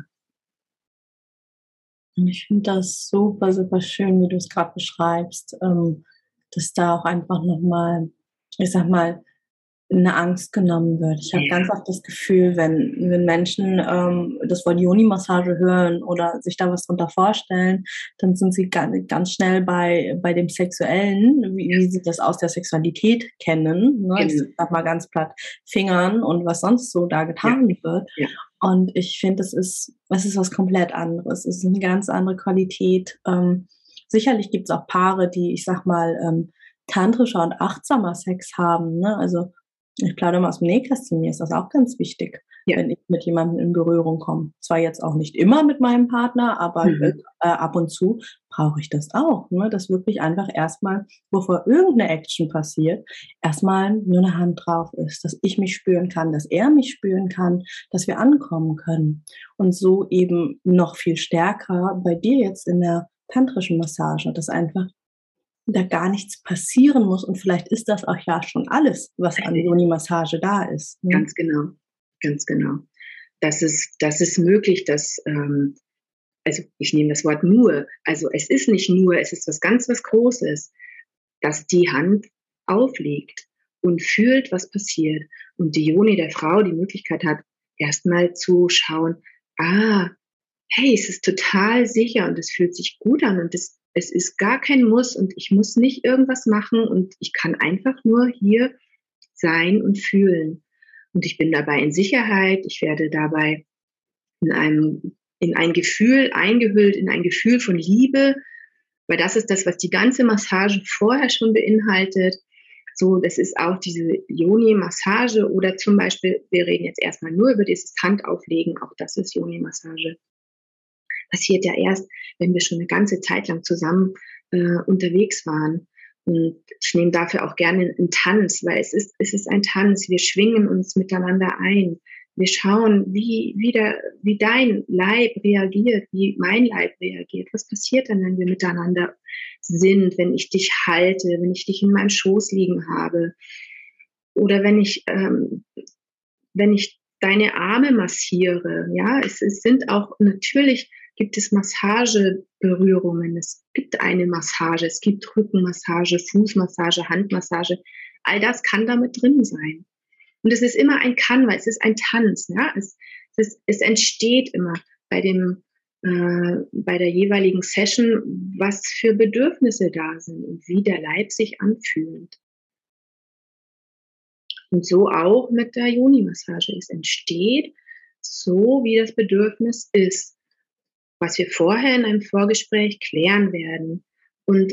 Und ich finde das super, super schön, wie du es gerade beschreibst, ähm, dass da auch einfach nochmal, ich sag mal, eine Angst genommen wird. Ich habe Ja. ganz oft das Gefühl, wenn, wenn Menschen ähm, das Wort Yoni-Massage hören oder sich da was drunter vorstellen, dann sind sie ganz, ganz schnell bei, bei dem Sexuellen, wie, wie sie das aus der Sexualität kennen. Ne? Ich Genau. sag mal ganz platt, Fingern und was sonst so da getan Ja. wird. Ja. Und ich finde, es ist, es ist was komplett anderes. Es ist eine ganz andere Qualität. Ähm, sicherlich gibt es auch Paare, die, ich sag mal, ähm, tantrischer und achtsamer Sex haben. Ne? Also Ich plaudere mal aus dem Nähkästchen, mir ist das auch ganz wichtig, Ja. wenn ich mit jemandem in Berührung komme. Zwar jetzt auch nicht immer mit meinem Partner, aber äh, Mhm. äh, ab und zu brauche ich das auch, ne? Dass wirklich einfach erstmal, bevor irgendeine Action passiert, erstmal nur eine Hand drauf ist, dass ich mich spüren kann, dass er mich spüren kann, dass wir ankommen können. Und so eben noch viel stärker bei dir jetzt in der tantrischen Massage, dass einfach da gar nichts passieren muss und vielleicht ist das auch ja schon alles, was an Richtig. Yoni-Massage da ist, ne? Ganz genau, ganz genau. Das ist das ist möglich, dass, ähm also, ich nehme das Wort nur, also, es ist nicht nur, es ist was ganz was Großes, dass die Hand auflegt und fühlt, was passiert und die Yoni der Frau die Möglichkeit hat, erst mal zu schauen: „Ah, hey, es ist total sicher und es fühlt sich gut an und es es ist gar kein Muss und ich muss nicht irgendwas machen und ich kann einfach nur hier sein und fühlen. Und ich bin dabei in Sicherheit, ich werde dabei in einem in ein Gefühl eingehüllt, in ein Gefühl von Liebe, weil das ist das, was die ganze Massage vorher schon beinhaltet. So, das ist auch diese Yoni-Massage oder zum Beispiel, wir reden jetzt erstmal nur über dieses Handauflegen, auch das ist Yoni-Massage. Passiert ja erst, wenn wir schon eine ganze Zeit lang zusammen äh, unterwegs waren. Und ich nehme dafür auch gerne einen Tanz, weil es ist, es ist ein Tanz. Wir schwingen uns miteinander ein. Wir schauen, wie, wie, der, wie dein Leib reagiert, wie mein Leib reagiert. Was passiert dann, wenn wir miteinander sind, wenn ich dich halte, wenn ich dich in meinem Schoß liegen habe oder wenn ich, ähm, wenn ich deine Arme massiere. Ja, es, es sind auch natürlich gibt es Massageberührungen. Es gibt eine Massage, es gibt Rückenmassage, Fußmassage, Handmassage. All das kann damit drin sein. Und es ist immer ein Kann, weil es ist ein Tanz. Ja? Es, es, ist, es entsteht immer bei, dem, äh, bei der jeweiligen Session, was für Bedürfnisse da sind und wie der Leib sich anfühlt. Und so auch mit der Yoni-Massage. Es entsteht so, wie das Bedürfnis ist, was wir vorher in einem Vorgespräch klären werden und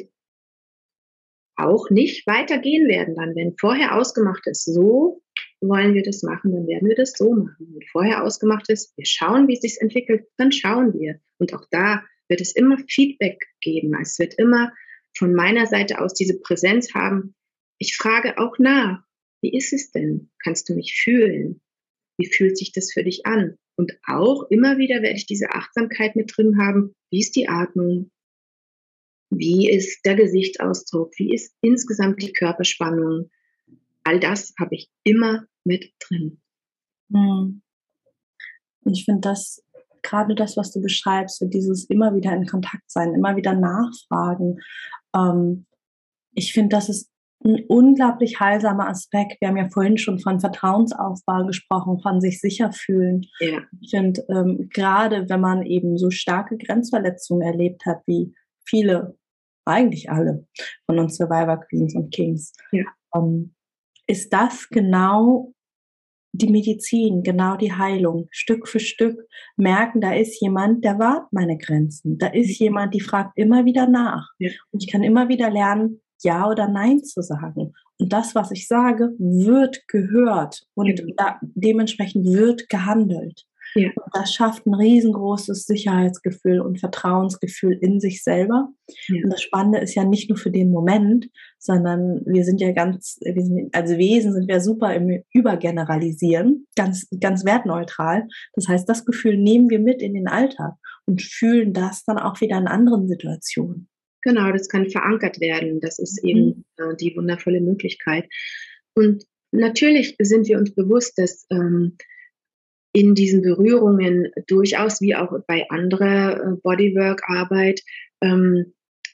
auch nicht weitergehen werden dann. Wenn vorher ausgemacht ist, so wollen wir das machen, dann werden wir das so machen. Wenn vorher ausgemacht ist, wir schauen, wie es sich entwickelt, dann schauen wir. Und auch da wird es immer Feedback geben. Es wird immer von meiner Seite aus diese Präsenz haben. Ich frage auch nach, wie ist es denn? Kannst du mich fühlen? Wie fühlt sich das für dich an? Und auch immer wieder werde ich diese Achtsamkeit mit drin haben. Wie ist die Atmung? Wie ist der Gesichtsausdruck? Wie ist insgesamt die Körperspannung? All das habe ich immer mit drin. Hm. Und ich finde das, gerade das, was du beschreibst, so dieses immer wieder in Kontakt sein, immer wieder nachfragen. Ähm, ich finde, das ist ein unglaublich heilsamer Aspekt. Wir haben ja vorhin schon von Vertrauensaufbau gesprochen, von sich sicher fühlen. Ja. Ich finde, ähm, gerade wenn man eben so starke Grenzverletzungen erlebt hat, wie viele, eigentlich alle von uns Survivor Queens und Kings, Ja. ähm, ist das genau die Medizin, genau die Heilung. Stück für Stück merken, da ist jemand, der wahrt meine Grenzen. Da ist jemand, die fragt immer wieder nach. Ja. Und ich kann immer wieder lernen, Ja oder Nein zu sagen. Und das, was ich sage, wird gehört und Genau. da, dementsprechend wird gehandelt. Ja. Und das schafft ein riesengroßes Sicherheitsgefühl und Vertrauensgefühl in sich selber. Ja. Und das Spannende ist ja nicht nur für den Moment, sondern wir sind ja ganz, wir sind, als Wesen sind wir super im Übergeneralisieren, ganz, ganz wertneutral. Das heißt, das Gefühl nehmen wir mit in den Alltag und fühlen das dann auch wieder in anderen Situationen. Genau, das kann verankert werden. Das ist Mhm. eben äh, die wundervolle Möglichkeit. Und natürlich sind wir uns bewusst, dass ähm, in diesen Berührungen durchaus wie auch bei anderer äh, Bodywork-Arbeit ähm,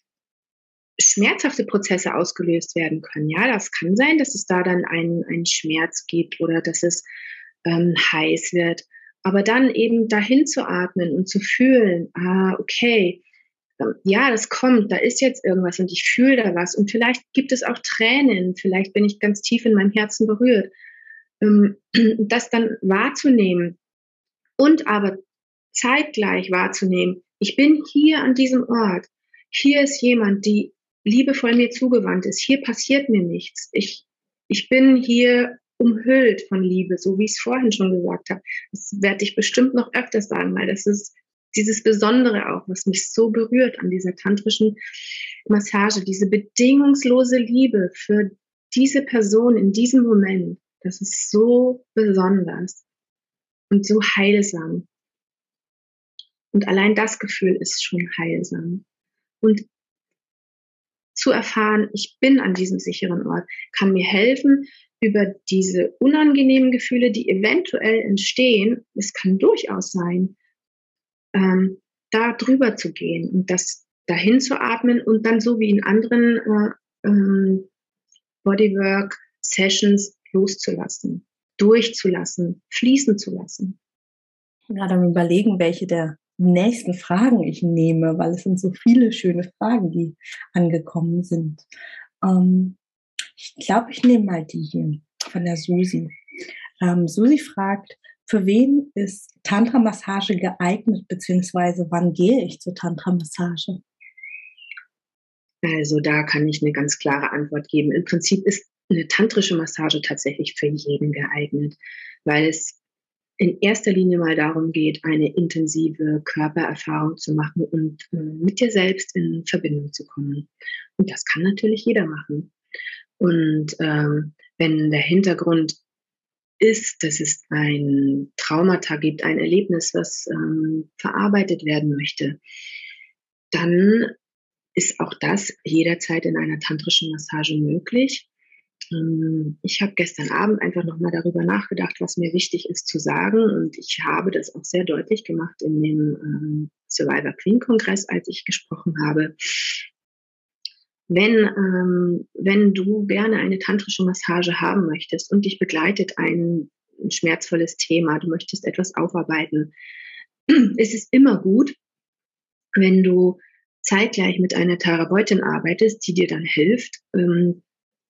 schmerzhafte Prozesse ausgelöst werden können. Ja, das kann sein, dass es da dann einen, einen Schmerz gibt oder dass es ähm, heiß wird. Aber dann eben dahin zu atmen und zu fühlen, ah, okay, ähm, ja, das kommt, da ist jetzt irgendwas und ich fühle da was. Und vielleicht gibt es auch Tränen, vielleicht bin ich ganz tief in meinem Herzen berührt. Ähm, das dann wahrzunehmen und aber zeitgleich wahrzunehmen, ich bin hier an diesem Ort, hier ist jemand, die liebevoll mir zugewandt ist, hier passiert mir nichts, ich, ich bin hier umhüllt von Liebe, so wie ich es vorhin schon gesagt habe. Das werde ich bestimmt noch öfters sagen, weil das ist dieses Besondere auch, was mich so berührt an dieser tantrischen Massage, diese bedingungslose Liebe für diese Person in diesem Moment. Das ist so besonders und so heilsam. Und allein das Gefühl ist schon heilsam. Und zu erfahren, ich bin an diesem sicheren Ort, kann mir helfen, über diese unangenehmen Gefühle, die eventuell entstehen, es kann durchaus sein, ähm, da drüber zu gehen und das dahin zu atmen und dann so wie in anderen äh, ähm, Bodywork-Sessions loszulassen, durchzulassen, fließen zu lassen. Gerade am Überlegen, welche der nächsten Fragen ich nehme, weil es sind so viele schöne Fragen, die angekommen sind. Ähm, ich glaube, ich nehme mal die hier von der Susi. Ähm, Susi fragt, für wen ist Tantra-Massage geeignet, beziehungsweise wann gehe ich zur Tantra-Massage? Also da kann ich eine ganz klare Antwort geben. Im Prinzip ist eine tantrische Massage tatsächlich für jeden geeignet, weil es in erster Linie mal darum geht, eine intensive Körpererfahrung zu machen und äh, mit dir selbst in Verbindung zu kommen. Und das kann natürlich jeder machen. Und ähm, wenn der Hintergrund ist, dass es ein Traumata gibt, ein Erlebnis, was ähm, verarbeitet werden möchte, dann ist auch das jederzeit in einer tantrischen Massage möglich. Ich habe gestern Abend einfach nochmal darüber nachgedacht, was mir wichtig ist zu sagen. Und ich habe das auch sehr deutlich gemacht in dem ähm, Survivor Queen Kongress, als ich gesprochen habe. Wenn, ähm, wenn du gerne eine tantrische Massage haben möchtest und dich begleitet ein, ein schmerzvolles Thema, du möchtest etwas aufarbeiten, ist es immer gut, wenn du zeitgleich mit einer Therapeutin arbeitest, die dir dann hilft, ähm,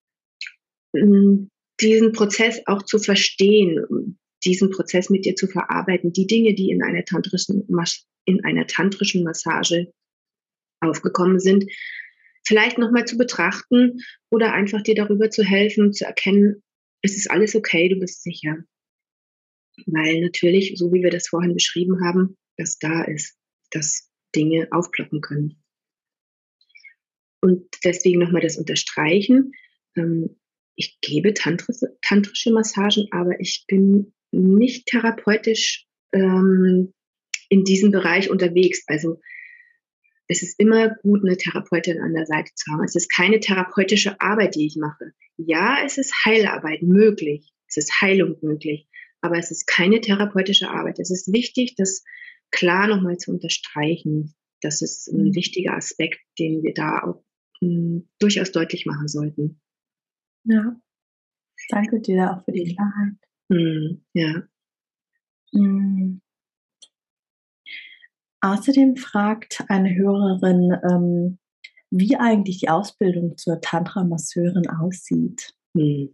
diesen Prozess auch zu verstehen, diesen Prozess mit dir zu verarbeiten, die Dinge, die in einer tantrischen, in einer tantrischen Massage aufgekommen sind, vielleicht nochmal zu betrachten oder einfach dir darüber zu helfen, zu erkennen, es ist alles okay, du bist sicher. Weil natürlich, so wie wir das vorhin beschrieben haben, dass da ist, dass Dinge aufploppen können. Und deswegen nochmal das Unterstreichen. Ähm, ich gebe tantrische, tantrische Massagen, aber ich bin nicht therapeutisch ähm, in diesem Bereich unterwegs. Also es ist immer gut, eine Therapeutin an der Seite zu haben. Es ist keine therapeutische Arbeit, die ich mache. Ja, es ist Heilarbeit möglich. Es ist Heilung möglich. Aber es ist keine therapeutische Arbeit. Es ist wichtig, das klar nochmal zu unterstreichen. Das ist ein wichtiger Aspekt, den wir da auch mh, durchaus deutlich machen sollten. Ja, danke dir auch für die Klarheit. Hm, ja. Mhm. Außerdem fragt eine Hörerin, ähm, wie eigentlich die Ausbildung zur Tantra-Masseurin aussieht. Hm.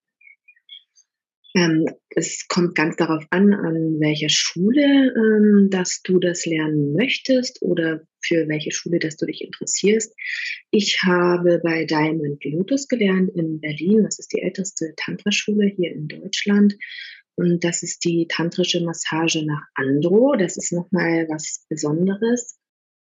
Ähm, es kommt ganz darauf an, an welcher Schule ähm, dass du das lernen möchtest oder für welche Schule dass du dich interessierst. Ich habe bei Diamond Lotus gelernt in Berlin. Das ist die älteste Tantra-Schule hier in Deutschland. Und das ist die tantrische Massage nach Andro. Das ist nochmal was Besonderes.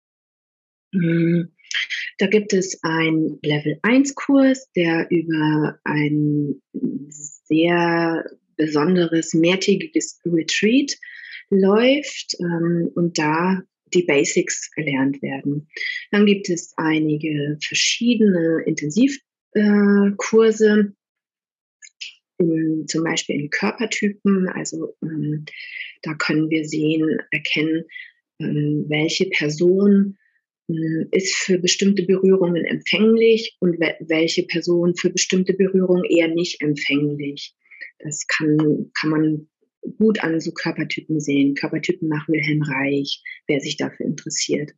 Da gibt es einen Level eins Kurs, der über ein sehr besonderes, mehrtägiges Retreat läuft ähm, und da die Basics gelernt werden. Dann gibt es einige verschiedene Intensivkurse, äh, zum Beispiel in Körpertypen. Also ähm, da können wir sehen, erkennen, ähm, welche Person ist für bestimmte Berührungen empfänglich und welche Person für bestimmte Berührungen eher nicht empfänglich. Das kann, kann man gut an so Körpertypen sehen, Körpertypen nach Wilhelm Reich, wer sich dafür interessiert.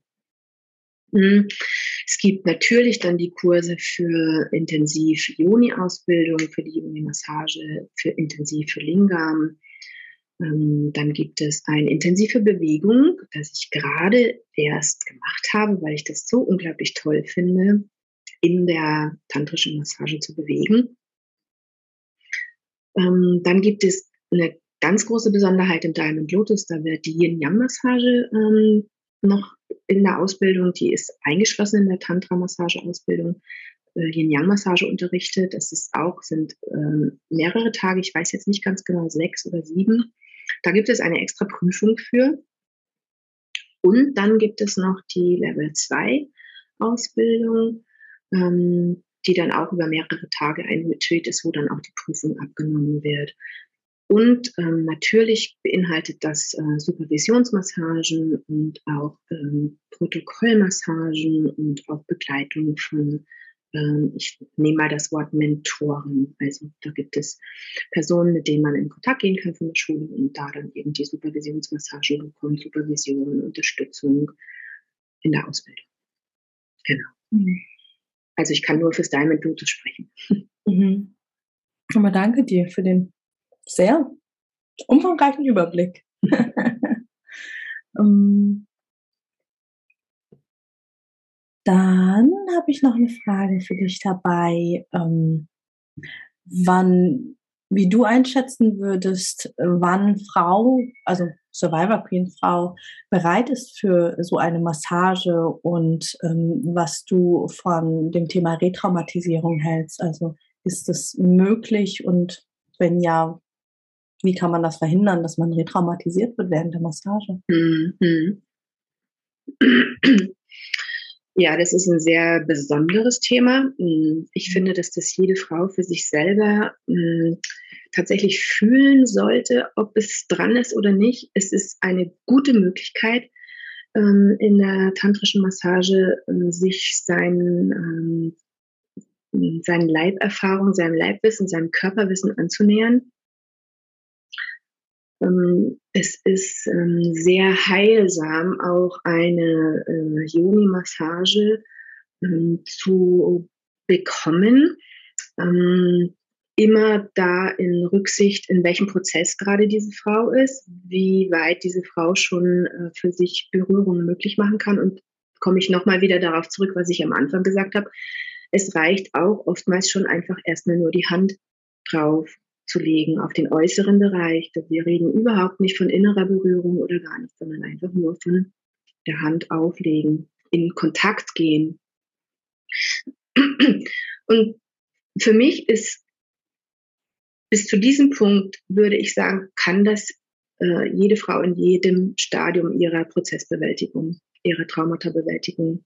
Es gibt natürlich dann die Kurse für Intensiv-Yoni-Ausbildung, für die Yoni-Massage, für Intensiv für Lingam. Dann gibt es eine intensive Bewegung, das ich gerade erst gemacht habe, weil ich das so unglaublich toll finde, in der tantrischen Massage zu bewegen. Ähm, dann gibt es eine ganz große Besonderheit im Diamond Lotus, da wird die Yin-Yang-Massage ähm, noch in der Ausbildung, die ist eingeschlossen in der Tantra-Massage-Ausbildung, äh, Yin-Yang-Massage unterrichtet. Das ist auch, sind ähm, mehrere Tage, ich weiß jetzt nicht ganz genau, sechs oder sieben. Da gibt es eine extra Prüfung für. Und dann gibt es noch die Level zwei Ausbildung, ähm, die dann auch über mehrere Tage ein Retreat ist, wo dann auch die Prüfung abgenommen wird. Und ähm, natürlich beinhaltet das äh, Supervisionsmassagen und auch ähm, Protokollmassagen und auch Begleitung von, ähm, ich nehme mal das Wort Mentoren. Also da gibt es Personen, mit denen man in Kontakt gehen kann von der Schule und da dann eben die Supervisionsmassagen bekommt, Supervision, Unterstützung in der Ausbildung. Genau. Mhm. Also ich kann nur fürs Diamond Lotus sprechen. Mhm. Aber danke dir für den sehr umfangreichen Überblick. um, dann habe ich noch eine Frage für dich dabei. Ähm, wann, wie du einschätzen würdest, wann Frau, also Survivor Queen Frau, bereit ist für so eine Massage und ähm, was du von dem Thema Retraumatisierung hältst. Also ist das möglich und wenn ja, wie kann man das verhindern, dass man retraumatisiert wird während der Massage? Mhm. Ja, das ist ein sehr besonderes Thema. Ich finde, dass das jede Frau für sich selber mh, tatsächlich fühlen sollte, ob es dran ist oder nicht. Es ist eine gute Möglichkeit, ähm, in der tantrischen Massage äh, sich sein, ähm, seinen Leiberfahrungen, seinem Leibwissen, seinem Körperwissen anzunähern. Ähm, es ist ähm, sehr heilsam, auch eine äh, Yoni-Massage ähm, zu bekommen. Ähm, immer da in Rücksicht, in welchem Prozess gerade diese Frau ist, wie weit diese Frau schon äh, für sich Berührungen möglich machen kann. Und komme ich nochmal wieder darauf zurück, was ich am Anfang gesagt habe. Es reicht auch oftmals schon einfach erstmal nur die Hand drauf zu legen auf den äußeren Bereich. Wir reden überhaupt nicht von innerer Berührung oder gar nicht, sondern einfach nur von der Hand auflegen, in Kontakt gehen. Und für mich ist bis zu diesem Punkt, würde ich sagen, kann das äh, jede Frau in jedem Stadium ihrer Prozessbewältigung, ihrer Traumatabewältigung.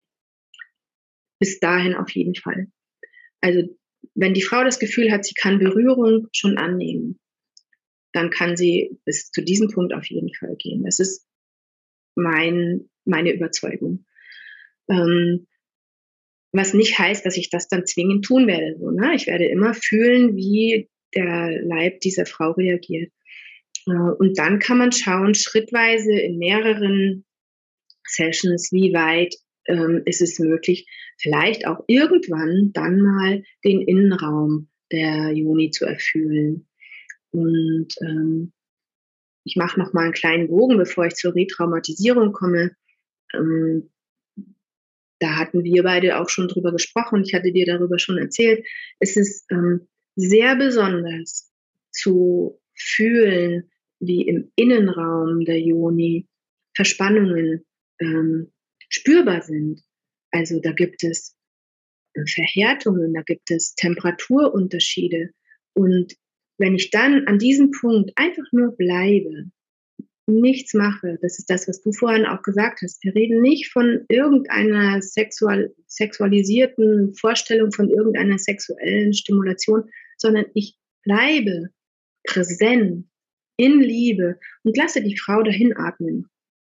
Bis dahin auf jeden Fall. Also wenn die Frau das Gefühl hat, sie kann Berührung schon annehmen, dann kann sie bis zu diesem Punkt auf jeden Fall gehen. Das ist mein, meine Überzeugung. Ähm, was nicht heißt, dass ich das dann zwingend tun werde. So, ne? Ich werde immer fühlen, wie der Leib dieser Frau reagiert. Äh, und dann kann man schauen, schrittweise in mehreren Sessions, wie weit ähm, ist es möglich, vielleicht auch irgendwann dann mal den Innenraum der Yoni zu erfüllen. Und ähm, ich mache noch mal einen kleinen Bogen, bevor ich zur Retraumatisierung komme. Ähm, da hatten wir beide auch schon drüber gesprochen. Ich hatte dir darüber schon erzählt. Es ist ähm, sehr besonders zu fühlen, wie im Innenraum der Yoni Verspannungen ähm, spürbar sind. Also da gibt es Verhärtungen, da gibt es Temperaturunterschiede. Und wenn ich dann an diesem Punkt einfach nur bleibe, nichts mache, das ist das, was du vorhin auch gesagt hast. Wir reden nicht von irgendeiner sexual, sexualisierten Vorstellung, von irgendeiner sexuellen Stimulation, sondern ich bleibe präsent in Liebe und lasse die Frau dahin atmen.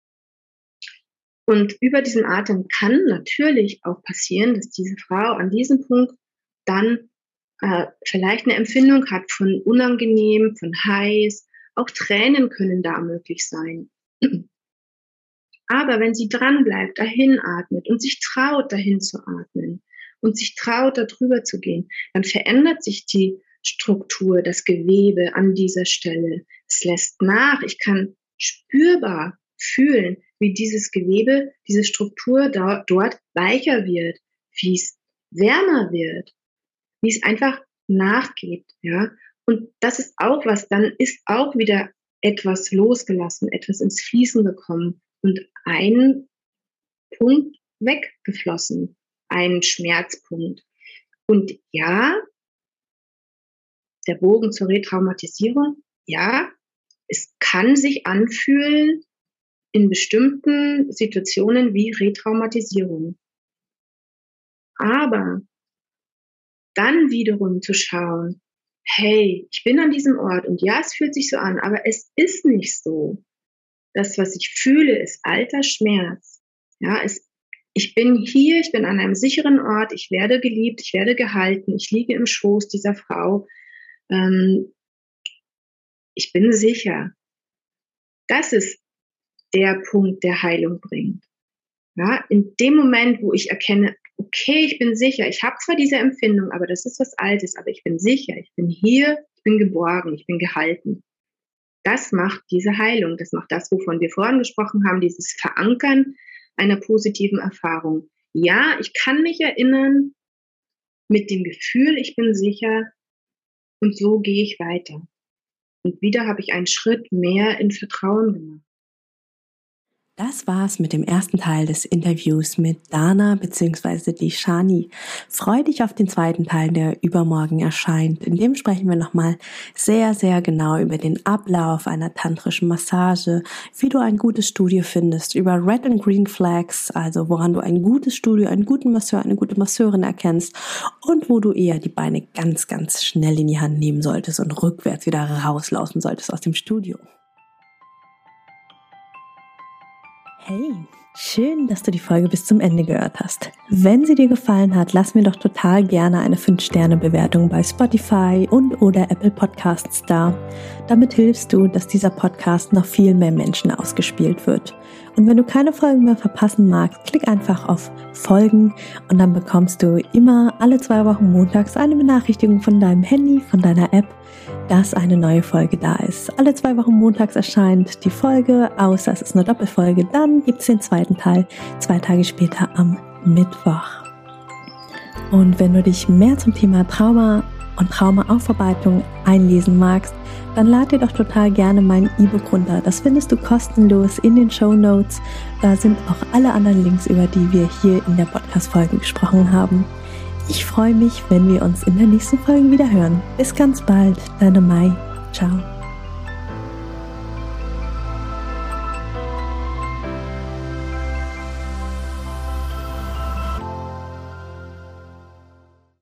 Und über diesen Atem kann natürlich auch passieren, dass diese Frau an diesem Punkt dann äh, vielleicht eine Empfindung hat von unangenehm, von heiß. Auch Tränen können da möglich sein. Aber wenn sie dran bleibt, dahin atmet und sich traut, dahin zu atmen und sich traut, darüber zu gehen, dann verändert sich die Struktur, das Gewebe an dieser Stelle. Es lässt nach. Ich kann spürbar fühlen, wie dieses Gewebe, diese Struktur da, dort weicher wird, wie es wärmer wird, wie es einfach nachgibt, ja. Und das ist auch was, dann ist auch wieder etwas losgelassen, etwas ins Fließen gekommen und ein Punkt weggeflossen, ein Schmerzpunkt. Und ja, der Bogen zur Retraumatisierung, ja, es kann sich anfühlen in bestimmten Situationen wie Retraumatisierung. Aber dann wiederum zu schauen, hey, ich bin an diesem Ort und ja, es fühlt sich so an, aber es ist nicht so. Das, was ich fühle, ist alter Schmerz. Ja, es, ich bin hier, ich bin an einem sicheren Ort, ich werde geliebt, ich werde gehalten, ich liege im Schoß dieser Frau. Ähm, ich bin sicher. Das ist der Punkt, der Heilung bringt. Ja, in dem Moment, wo ich erkenne, okay, ich bin sicher, ich habe zwar diese Empfindung, aber das ist was Altes, aber ich bin sicher, ich bin hier, ich bin geborgen, ich bin gehalten. Das macht diese Heilung, das macht das, wovon wir vorhin gesprochen haben, dieses Verankern einer positiven Erfahrung. Ja, ich kann mich erinnern mit dem Gefühl, ich bin sicher und so gehe ich weiter. Und wieder habe ich einen Schritt mehr in Vertrauen gemacht. Das war's mit dem ersten Teil des Interviews mit Dana bzw. die Shani. Freu dich auf den zweiten Teil, der übermorgen erscheint. In dem sprechen wir nochmal sehr, sehr genau über den Ablauf einer tantrischen Massage, wie du ein gutes Studio findest, über Red and Green Flags, also woran du ein gutes Studio, einen guten Masseur, eine gute Masseurin erkennst und wo du eher die Beine ganz, ganz schnell in die Hand nehmen solltest und rückwärts wieder rauslaufen solltest aus dem Studio. Hey, schön, dass du die Folge bis zum Ende gehört hast. Wenn sie dir gefallen hat, lass mir doch total gerne eine fünf Sterne Bewertung bei Spotify und oder Apple Podcasts da. Damit hilfst du, dass dieser Podcast noch viel mehr Menschen ausgespielt wird. Und wenn du keine Folgen mehr verpassen magst, klick einfach auf Folgen und dann bekommst du immer alle zwei Wochen montags eine Benachrichtigung von deinem Handy, von deiner App, dass eine neue Folge da ist. Alle zwei Wochen montags erscheint die Folge, außer es ist eine Doppelfolge. Dann gibt es den zweiten Teil, zwei Tage später am Mittwoch. Und wenn du dich mehr zum Thema Trauma und Traumaaufarbeitung einlesen magst, dann lad dir doch total gerne mein E-Book runter. Das findest du kostenlos in den Shownotes. Da sind auch alle anderen Links, über die wir hier in der Podcast-Folge gesprochen haben. Ich freue mich, wenn wir uns in der nächsten Folge wieder hören. Bis ganz bald, deine Mai. Ciao.